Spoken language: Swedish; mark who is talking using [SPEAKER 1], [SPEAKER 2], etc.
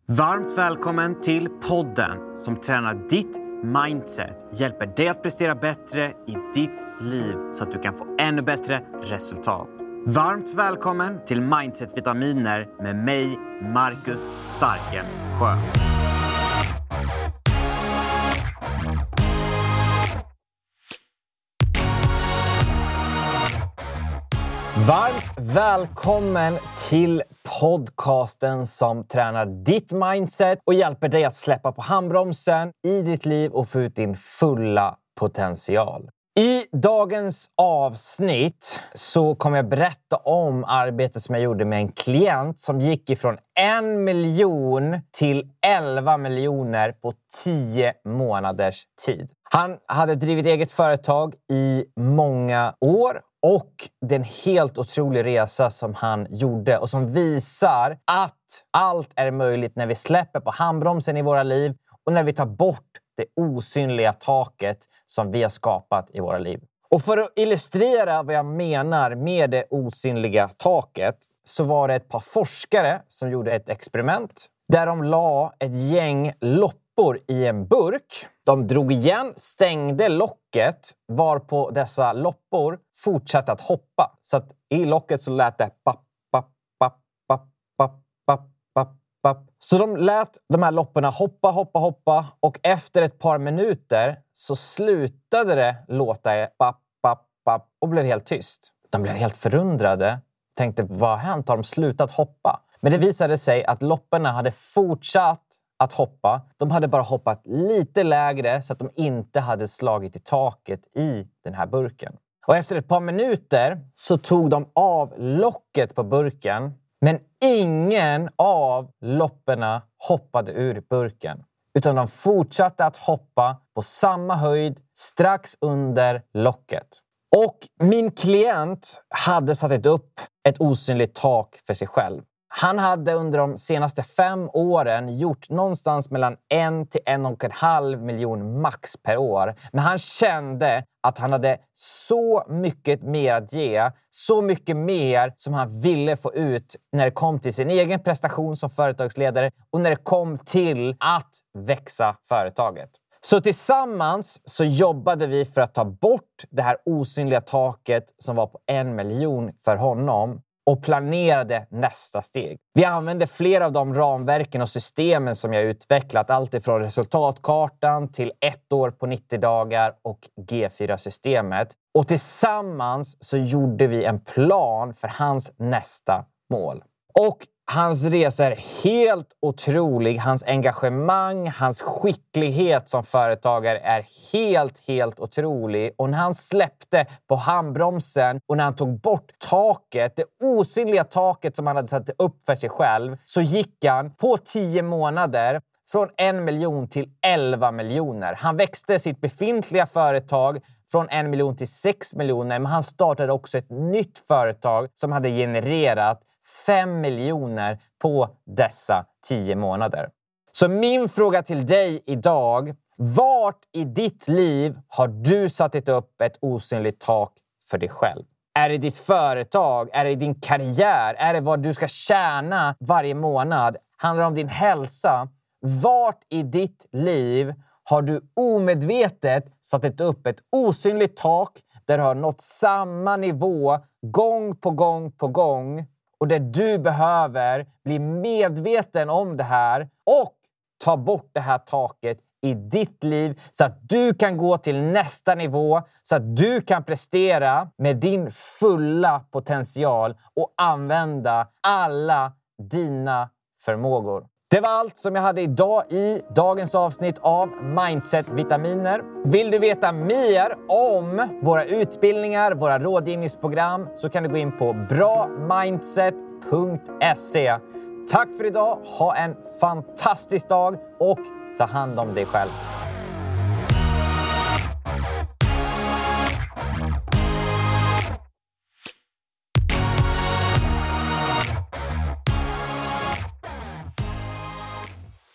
[SPEAKER 1] Varmt välkommen till podden som tränar ditt mindset, hjälper dig att prestera bättre i ditt liv så att du kan få ännu bättre resultat. Varmt välkommen till Mindset-vitaminer med mig, Marcus Starkensjö. Varmt välkommen till podcasten som tränar ditt mindset och hjälper dig att släppa på handbromsen i ditt liv och få ut din fulla potential. I dagens avsnitt så kommer jag berätta om arbetet som jag gjorde med en klient som gick ifrån 1 miljon till 11 miljoner på 10 månaders tid. Han hade drivit eget företag i många år. Och det är en helt otrolig resa som han gjorde och som visar att allt är möjligt när vi släpper på handbromsen i våra liv och när vi tar bort det osynliga taket som vi har skapat i våra liv. Och för att illustrera vad jag menar med det osynliga taket så var det ett par forskare som gjorde ett experiment där de la ett gäng loppor i en burk. De drog igen, stängde locket varpå dessa loppor fortsatte att hoppa. Så att i locket så lät det papp, papp, papp, papp, papp, papp, papp, papp. Så de lät de här lopporna hoppa och efter ett par minuter så slutade det låta papp, papp, papp och blev helt tyst. De blev helt förundrade. Tänkte, vad har hänt? Har de slutat hoppa? Men det visade sig att lopporna hade fortsatt att hoppa. De hade bara hoppat lite lägre så att de inte hade slagit i taket i den här burken. Och efter ett par minuter så tog de av locket på burken. Men ingen av lopporna hoppade ur burken. Utan de fortsatte att hoppa på samma höjd strax under locket. Och min klient hade satt upp ett osynligt tak för sig själv. Han hade under de senaste 5 åren gjort någonstans mellan 1 till 1,5 miljon max per år. Men han kände att han hade så mycket mer att ge. Så mycket mer som han ville få ut när det kom till sin egen prestation som företagsledare. Och när det kom till att växa företaget. Så tillsammans så jobbade vi för att ta bort det här osynliga taket som var på 1 miljon för honom. Och planerade nästa steg. Vi använde flera av de ramverken och systemen som jag utvecklat. Allt ifrån resultatkartan till 1 år på 90 dagar och G4-systemet. Och tillsammans så gjorde vi en plan för hans nästa mål. Och hans resa är helt otrolig. Hans engagemang, hans skicklighet som företagare är helt otrolig. Och när han släppte på handbromsen och när han tog bort taket, det osynliga taket som han hade satt upp för sig själv, så gick han på 10 månader från 1 miljon till 11 miljoner. Han växte sitt befintliga företag från 1 miljon till 6 miljoner. Men han startade också ett nytt företag som hade genererat 5 miljoner på dessa 10 månader. Så min fråga till dig idag: vart i ditt liv har du satt upp ett osynligt tak för dig själv? Är det ditt företag? Är det din karriär? Är det vad du ska tjäna varje månad? Handlar det om din hälsa? Vart i ditt liv har du omedvetet satt upp ett osynligt tak där du har nått samma nivå gång på gång och där du behöver bli medveten om det här och ta bort det här taket i ditt liv så att du kan gå till nästa nivå, så att du kan prestera med din fulla potential och använda alla dina förmågor. Det var allt som jag hade idag i dagens avsnitt av Mindset-vitaminer. Vill du veta mer om våra utbildningar, våra rådgivningsprogram, så kan du gå in på bramindset.se. Tack för idag, ha en fantastisk dag och ta hand om dig själv.